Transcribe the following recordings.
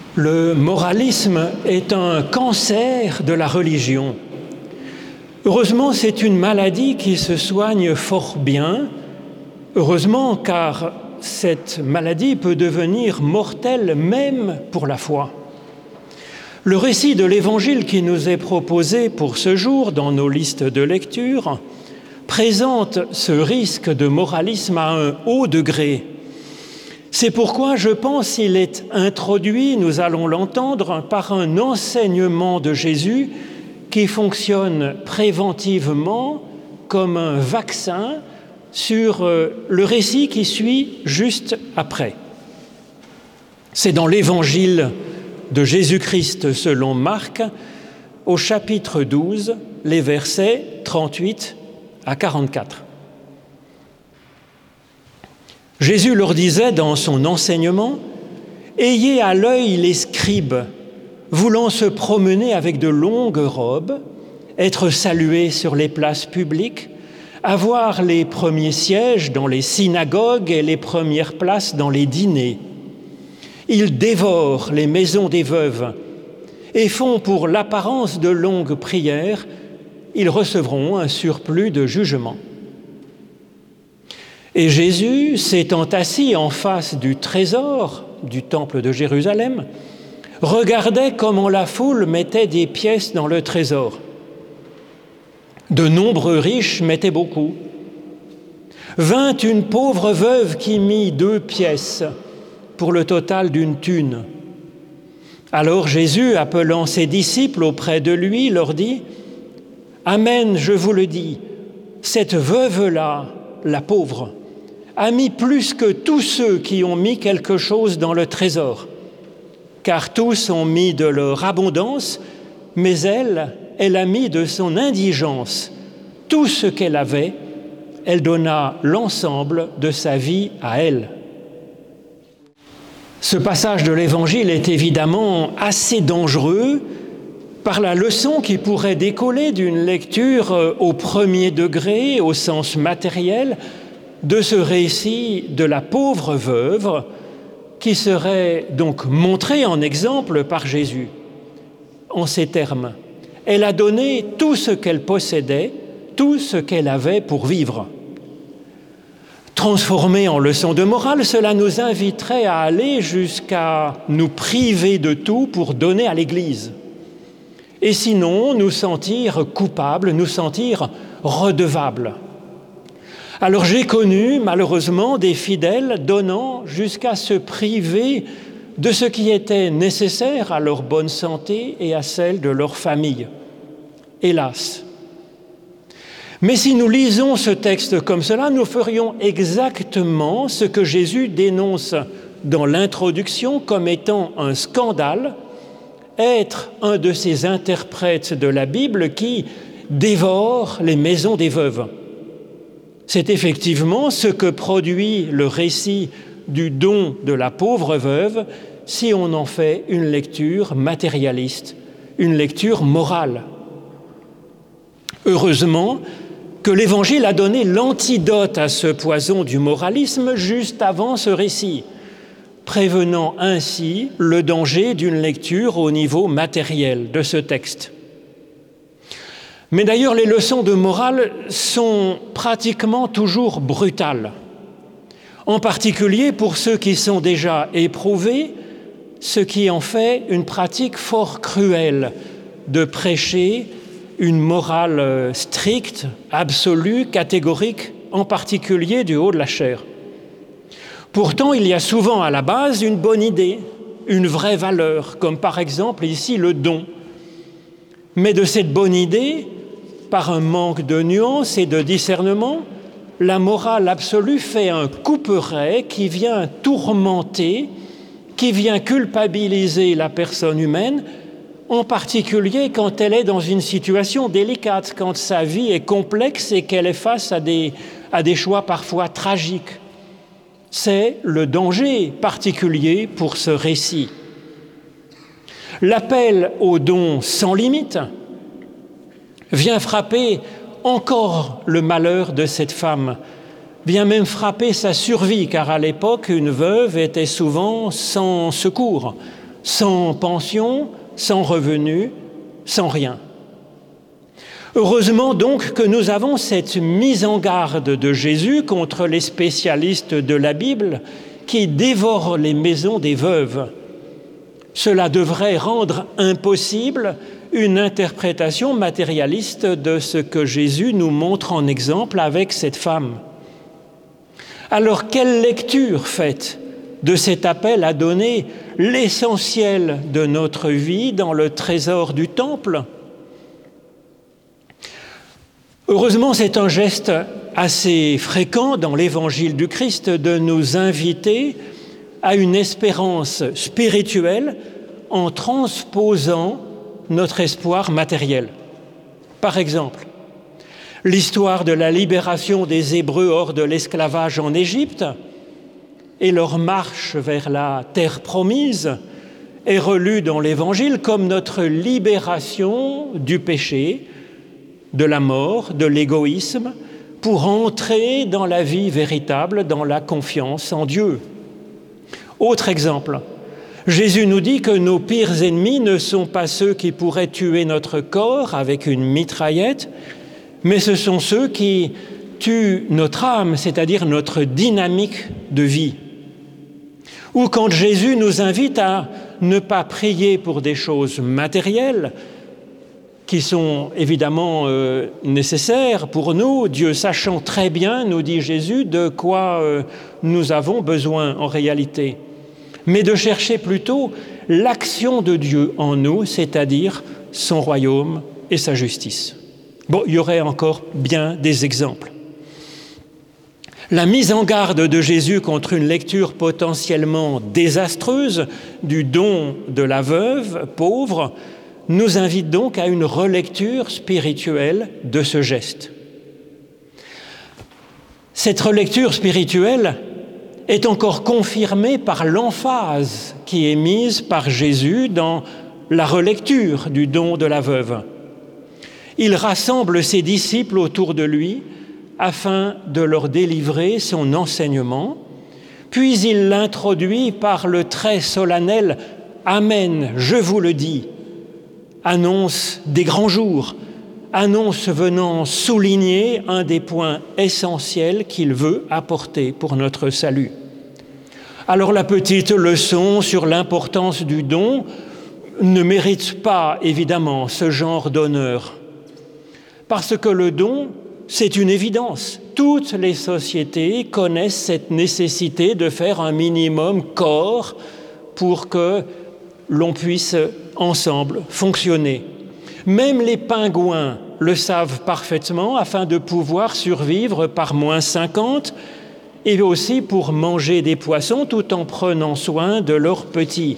Le moralisme est un cancer de la religion. Heureusement, c'est une maladie qui se soigne fort bien. Heureusement, car cette maladie peut devenir mortelle même pour la foi. Le récit de l'Évangile qui nous est proposé pour ce jour dans nos listes de lecture présente ce risque de moralisme à un haut degré. C'est pourquoi je pense qu'il est introduit, nous allons l'entendre, par un enseignement de Jésus qui fonctionne préventivement comme un vaccin sur le récit qui suit juste après. C'est dans l'Évangile de Jésus-Christ selon Marc, au chapitre 12, les versets 38 à 44. Jésus leur disait dans son enseignement « Ayez à l'œil les scribes, voulant se promener avec de longues robes, être salués sur les places publiques, avoir les premiers sièges dans les synagogues et les premières places dans les dîners. Ils dévorent les maisons des veuves et font pour l'apparence de longues prières, ils recevront un surplus de jugement. » Et Jésus, s'étant assis en face du trésor du temple de Jérusalem, regardait comment la foule mettait des pièces dans le trésor. De nombreux riches mettaient beaucoup. Vint une pauvre veuve qui mit 2 pièces pour le total d'une thune. Alors Jésus, appelant ses disciples auprès de lui, leur dit « Amen, je vous le dis, cette veuve-là, la pauvre, a mis plus que tous ceux qui ont mis quelque chose dans le trésor. Car tous ont mis de leur abondance, mais elle a mis de son indigence. Tout ce qu'elle avait, elle donna l'ensemble de sa vie à elle. » Ce passage de l'Évangile est évidemment assez dangereux par la leçon qui pourrait découler d'une lecture au premier degré, au sens matériel, de ce récit de la pauvre veuve qui serait donc montrée en exemple par Jésus. En ces termes, elle a donné tout ce qu'elle possédait, tout ce qu'elle avait pour vivre. Transformé en leçon de morale, cela nous inviterait à aller jusqu'à nous priver de tout pour donner à l'Église. Et sinon, nous sentir coupables, nous sentir redevables. Alors j'ai connu, malheureusement, des fidèles donnant jusqu'à se priver de ce qui était nécessaire à leur bonne santé et à celle de leur famille. Hélas. Mais si nous lisons ce texte comme cela, nous ferions exactement ce que Jésus dénonce dans l'introduction comme étant un scandale, être un de ces interprètes de la Bible qui dévorent les maisons des veuves. C'est effectivement ce que produit le récit du don de la pauvre veuve si on en fait une lecture matérialiste, une lecture morale. Heureusement que l'Évangile a donné l'antidote à ce poison du moralisme juste avant ce récit, prévenant ainsi le danger d'une lecture au niveau matériel de ce texte. Mais d'ailleurs, les leçons de morale sont pratiquement toujours brutales, en particulier pour ceux qui sont déjà éprouvés, ce qui en fait une pratique fort cruelle de prêcher une morale stricte, absolue, catégorique, en particulier du haut de la chair. Pourtant, il y a souvent à la base une bonne idée, une vraie valeur, comme par exemple ici le don. Mais de cette bonne idée, par un manque de nuances et de discernement, la morale absolue fait un couperet qui vient tourmenter, qui vient culpabiliser la personne humaine, en particulier quand elle est dans une situation délicate, quand sa vie est complexe et qu'elle est face à des choix parfois tragiques. C'est le danger particulier pour ce récit. L'appel au don sans limite vient frapper encore le malheur de cette femme, vient même frapper sa survie, car à l'époque, une veuve était souvent sans secours, sans pension, sans revenu, sans rien. Heureusement donc que nous avons cette mise en garde de Jésus contre les spécialistes de la Bible qui dévorent les maisons des veuves. Cela devrait rendre impossible une interprétation matérialiste de ce que Jésus nous montre en exemple avec cette femme. Alors, quelle lecture faites de cet appel à donner l'essentiel de notre vie dans le trésor du temple ? Heureusement, c'est un geste assez fréquent dans l'Évangile du Christ de nous inviter à une espérance spirituelle en transposant notre espoir matériel. Par exemple, l'histoire de la libération des Hébreux hors de l'esclavage en Égypte et leur marche vers la terre promise est relue dans l'Évangile comme notre libération du péché, de la mort, de l'égoïsme, pour entrer dans la vie véritable, dans la confiance en Dieu. Autre exemple, Jésus nous dit que nos pires ennemis ne sont pas ceux qui pourraient tuer notre corps avec une mitraillette, mais ce sont ceux qui tuent notre âme, c'est-à-dire notre dynamique de vie. Ou quand Jésus nous invite à ne pas prier pour des choses matérielles, qui sont évidemment nécessaires pour nous, Dieu sachant très bien, nous dit Jésus, de quoi nous avons besoin en réalité, mais de chercher plutôt l'action de Dieu en nous, c'est-à-dire son royaume et sa justice. Bon, il y aurait encore bien des exemples. La mise en garde de Jésus contre une lecture potentiellement désastreuse du don de la veuve pauvre nous invite donc à une relecture spirituelle de ce geste. Cette relecture spirituelle est encore confirmée par l'emphase qui est mise par Jésus dans la relecture du don de la veuve. Il rassemble ses disciples autour de lui afin de leur délivrer son enseignement, puis il l'introduit par le très solennel « Amen, je vous le dis », annonce des grands jours, annonce venant souligner un des points essentiels qu'il veut apporter pour notre salut. Alors la petite leçon sur l'importance du don ne mérite pas évidemment ce genre d'honneur, parce que le don, c'est une évidence. Toutes les sociétés connaissent cette nécessité de faire un minimum corps pour que l'on puisse ensemble fonctionner. Même les pingouins le savent parfaitement afin de pouvoir survivre par -50 et aussi pour manger des poissons tout en prenant soin de leurs petits.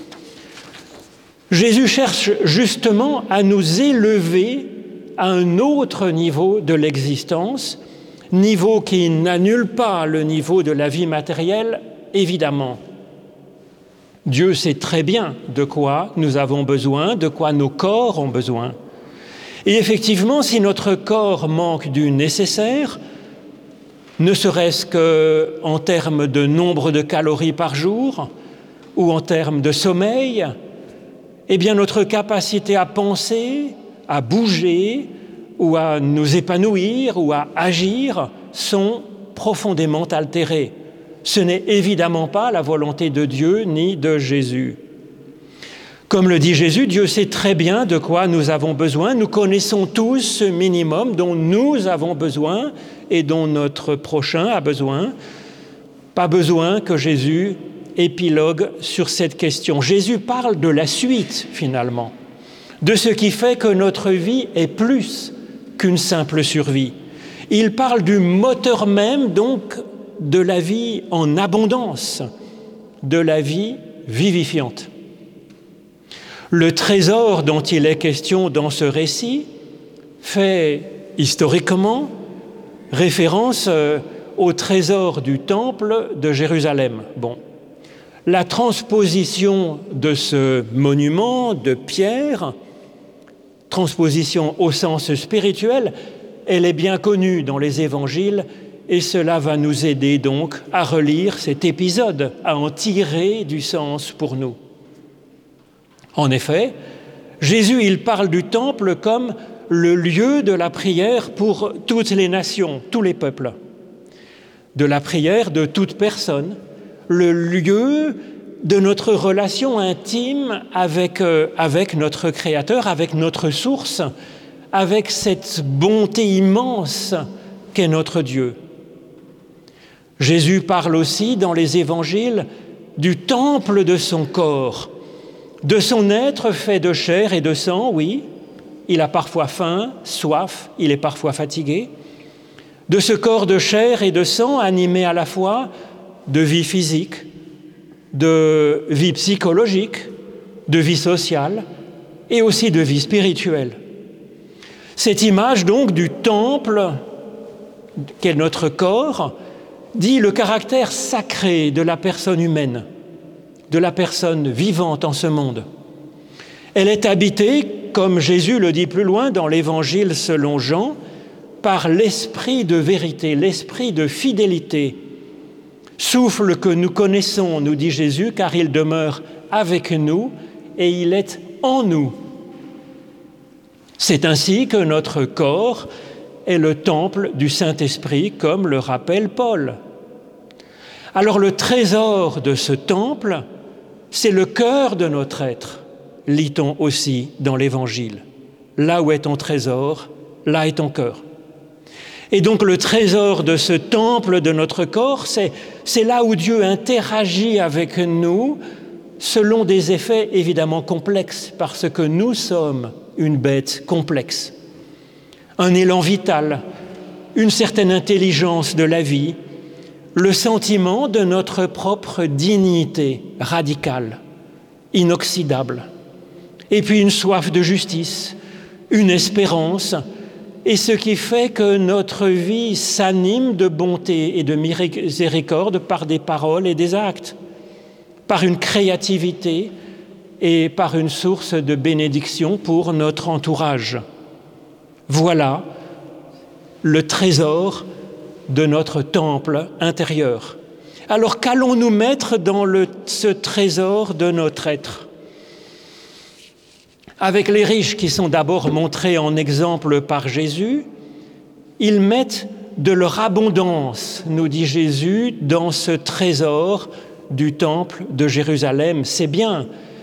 Jésus cherche justement à nous élever à un autre niveau de l'existence, niveau qui n'annule pas le niveau de la vie matérielle, évidemment. Dieu sait très bien de quoi nous avons besoin, de quoi nos corps ont besoin. Et effectivement, si notre corps manque du nécessaire, ne serait-ce qu'en termes de nombre de calories par jour ou en termes de sommeil, eh bien notre capacité à penser, à bouger ou à nous épanouir ou à agir sont profondément altérées. Ce n'est évidemment pas la volonté de Dieu ni de Jésus. Comme le dit Jésus, Dieu sait très bien de quoi nous avons besoin. Nous connaissons tous ce minimum dont nous avons besoin et dont notre prochain a besoin. Pas besoin que Jésus épilogue sur cette question. Jésus parle de la suite, finalement, de ce qui fait que notre vie est plus qu'une simple survie. Il parle du moteur même, donc, de la vie en abondance, de la vie vivifiante. Le trésor dont il est question dans ce récit fait historiquement référence au trésor du temple de Jérusalem. Bon. La transposition de ce monument de pierre, transposition au sens spirituel, elle est bien connue dans les évangiles et cela va nous aider donc à relire cet épisode, à en tirer du sens pour nous. En effet, Jésus, il parle du temple comme le lieu de la prière pour toutes les nations, tous les peuples, de la prière de toute personne, le lieu de notre relation intime avec notre Créateur, avec notre source, avec cette bonté immense qu'est notre Dieu. Jésus parle aussi dans les évangiles du temple de son corps, de son être fait de chair et de sang, oui, il a parfois faim, soif, il est parfois fatigué, de ce corps de chair et de sang animé à la fois de vie physique, de vie psychologique, de vie sociale et aussi de vie spirituelle. Cette image donc du temple qu'est notre corps dit le caractère sacré de la personne humaine, de la personne vivante en ce monde. Elle est habitée, comme Jésus le dit plus loin dans l'Évangile selon Jean, par l'esprit de vérité, l'esprit de fidélité. Souffle que nous connaissons, nous dit Jésus, car il demeure avec nous et il est en nous. C'est ainsi que notre corps est le temple du Saint-Esprit, comme le rappelle Paul. Alors le trésor de ce temple, c'est le cœur de notre être, lit-on aussi dans l'Évangile. Là où est ton trésor, là est ton cœur. Et donc le trésor de ce temple de notre corps, c'est là où Dieu interagit avec nous selon des effets évidemment complexes, parce que nous sommes une bête complexe. Un élan vital, une certaine intelligence de la vie, le sentiment de notre propre dignité radicale, inoxydable, et puis une soif de justice, une espérance, et ce qui fait que notre vie s'anime de bonté et de miséricorde par des paroles et des actes, par une créativité et par une source de bénédiction pour notre entourage. Voilà le trésor de notre temple intérieur. Alors qu'allons-nous mettre dans ce trésor de notre être ? Avec les riches qui sont d'abord montrés en exemple par Jésus, ils mettent de leur abondance, nous dit Jésus, dans ce trésor du temple de Jérusalem. C'est bien,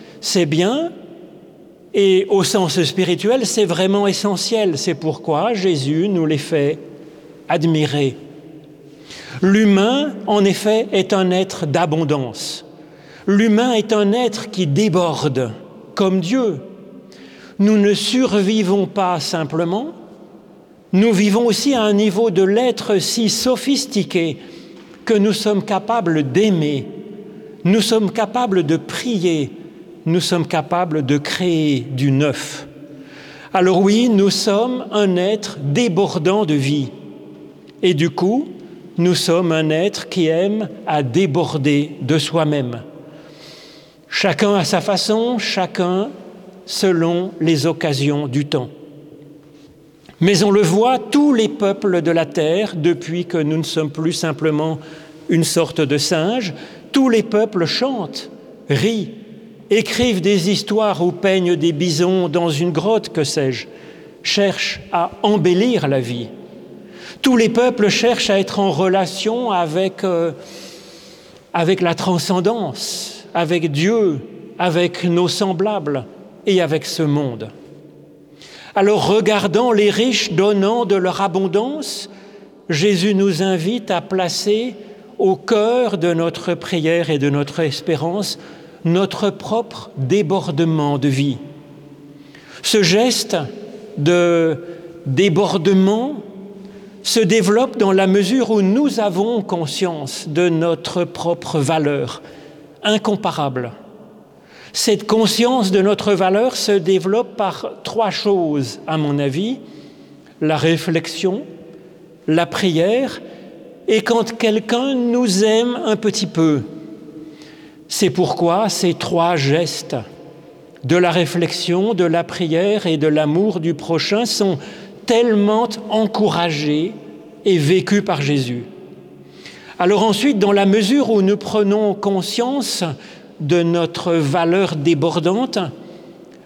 et au sens spirituel, c'est vraiment essentiel. C'est pourquoi Jésus nous les fait admirer. L'humain, en effet, est un être d'abondance. L'humain est un être qui déborde, comme Dieu. Nous ne survivons pas simplement, nous vivons aussi à un niveau de l'être si sophistiqué que nous sommes capables d'aimer, nous sommes capables de prier, nous sommes capables de créer du neuf. Alors oui, nous sommes un être débordant de vie. Et du coup, nous sommes un être qui aime à déborder de soi-même. Chacun à sa façon, chacun selon les occasions du temps. Mais on le voit, tous les peuples de la terre, depuis que nous ne sommes plus simplement une sorte de singe, tous les peuples chantent, rient, écrivent des histoires ou peignent des bisons dans une grotte, que sais-je, cherchent à embellir la vie. Tous les peuples cherchent à être en relation avec la transcendance, avec Dieu, avec nos semblables et avec ce monde. Alors, regardant les riches donnant de leur abondance, Jésus nous invite à placer au cœur de notre prière et de notre espérance notre propre débordement de vie. Ce geste de débordement se développe dans la mesure où nous avons conscience de notre propre valeur incomparable. Cette conscience de notre valeur se développe par trois choses, à mon avis: la réflexion, la prière et quand quelqu'un nous aime un petit peu. C'est pourquoi ces trois gestes de la réflexion, de la prière et de l'amour du prochain sont tellement encouragés et vécus par Jésus. Alors ensuite, dans la mesure où nous prenons conscience de notre valeur débordante,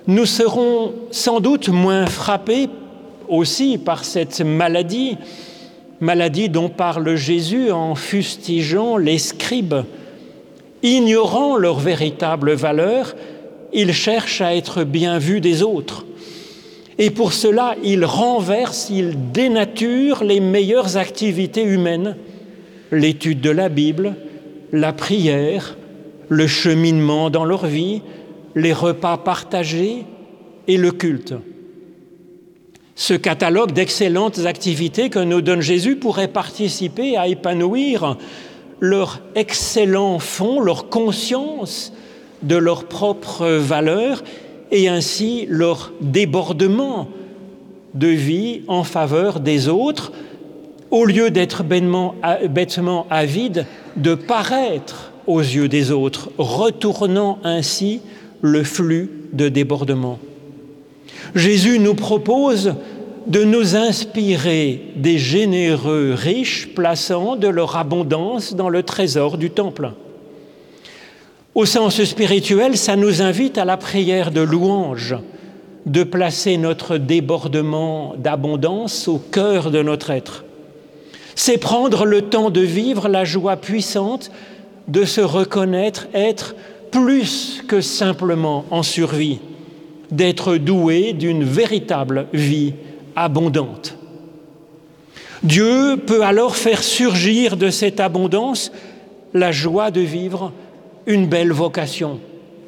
nous serons sans doute moins frappés aussi par cette maladie dont parle Jésus en fustigeant les scribes. Ignorant leur véritable valeur, ils cherchent à être bien vus des autres. Et pour cela, ils renversent, ils dénaturent les meilleures activités humaines, l'étude de la Bible, la prière, le cheminement dans leur vie, les repas partagés et le culte. Ce catalogue d'excellentes activités que nous donne Jésus pourrait participer à épanouir leur excellent fond, leur conscience de leurs propres valeurs et ainsi leur débordement de vie en faveur des autres, au lieu d'être bêtement avide de paraître aux yeux des autres, retournant ainsi le flux de débordement. Jésus nous propose de nous inspirer des généreux riches plaçant de leur abondance dans le trésor du temple. Au sens spirituel, ça nous invite à la prière de louange, de placer notre débordement d'abondance au cœur de notre être. C'est prendre le temps de vivre la joie puissante de se reconnaître être plus que simplement en survie, d'être doué d'une véritable vie abondante. Dieu peut alors faire surgir de cette abondance la joie de vivre une belle vocation.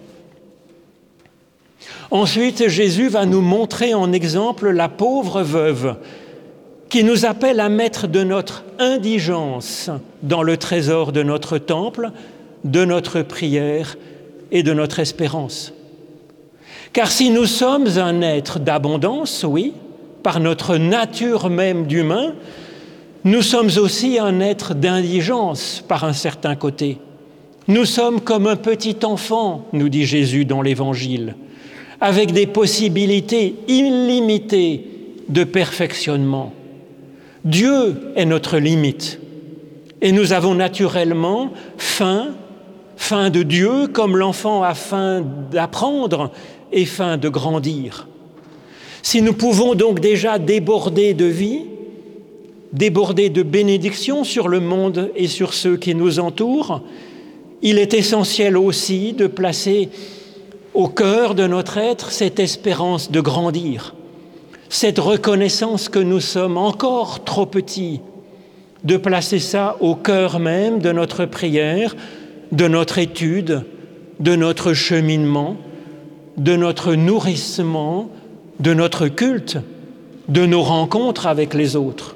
Ensuite, Jésus va nous montrer en exemple la pauvre veuve qui nous appelle à mettre de notre indigence dans le trésor de notre temple, de notre prière et de notre espérance. Car si nous sommes un être d'abondance, oui, par notre nature même d'humain, nous sommes aussi un être d'indigence par un certain côté. Nous sommes comme un petit enfant, nous dit Jésus dans l'Évangile, avec des possibilités illimitées de perfectionnement. Dieu est notre limite et nous avons naturellement faim de Dieu comme l'enfant a faim d'apprendre et faim de grandir. Si nous pouvons donc déjà déborder de vie, déborder de bénédictions sur le monde et sur ceux qui nous entourent, il est essentiel aussi de placer au cœur de notre être cette espérance de grandir, cette reconnaissance que nous sommes encore trop petits, de placer ça au cœur même de notre prière, de notre étude, de notre cheminement, de notre nourrissement, de notre culte, de nos rencontres avec les autres.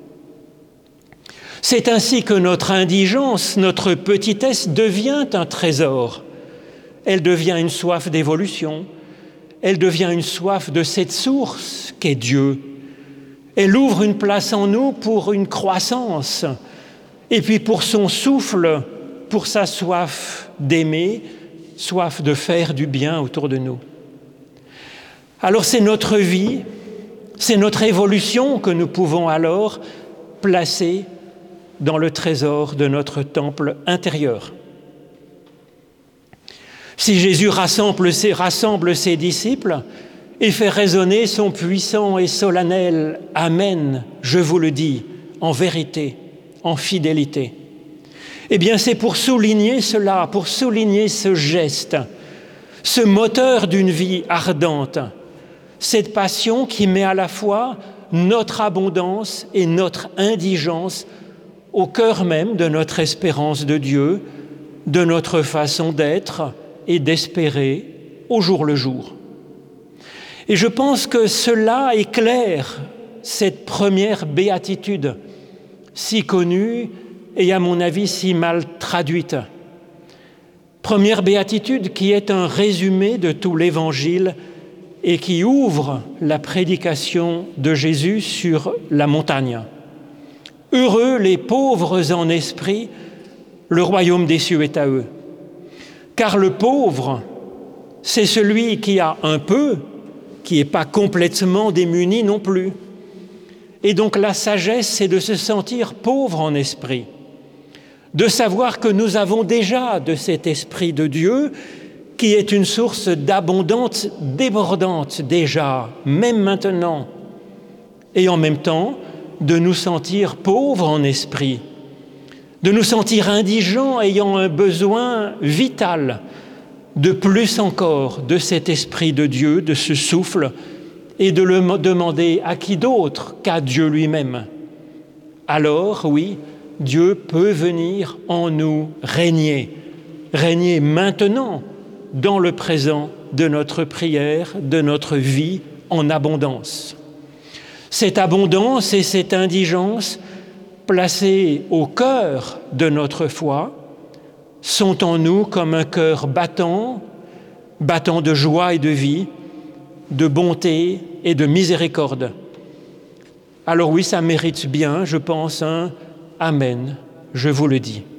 C'est ainsi que notre indigence, notre petitesse devient un trésor. Elle devient une soif d'évolution, elle devient une soif de cette source qu'est Dieu. Elle ouvre une place en nous pour une croissance, et puis pour son souffle, pour sa soif d'aimer, soif de faire du bien autour de nous. Alors c'est notre vie, c'est notre évolution que nous pouvons alors placer dans le trésor de notre temple intérieur. Si Jésus rassemble ses disciples et fait résonner son puissant et solennel « Amen », je vous le dis, en vérité, en fidélité, eh bien c'est pour souligner cela, pour souligner ce geste, ce moteur d'une vie ardente, cette passion qui met à la fois notre abondance et notre indigence au cœur même de notre espérance de Dieu, de notre façon d'être et d'espérer au jour le jour. Et je pense que cela éclaire cette première béatitude, si connue et à mon avis si mal traduite. Première béatitude qui est un résumé de tout l'Évangile et qui ouvre la prédication de Jésus sur la montagne. Heureux les pauvres en esprit, le royaume des cieux est à eux. Car le pauvre, c'est celui qui a un peu, qui n'est pas complètement démuni non plus. Et donc la sagesse, c'est de se sentir pauvre en esprit, de savoir que nous avons déjà de cet esprit de Dieu qui est une source d'abondante, débordante déjà, même maintenant, et en même temps de nous sentir pauvres en esprit, de nous sentir indigents ayant un besoin vital de plus encore de cet esprit de Dieu, de ce souffle, et de le demander à qui d'autre qu'à Dieu lui-même. Alors, oui, Dieu peut venir en nous régner maintenant, dans le présent de notre prière, de notre vie en abondance. Cette abondance et cette indigence, placées au cœur de notre foi, sont en nous comme un cœur battant de joie et de vie, de bonté et de miséricorde. Alors oui, ça mérite bien, je pense, un Amen, je vous le dis.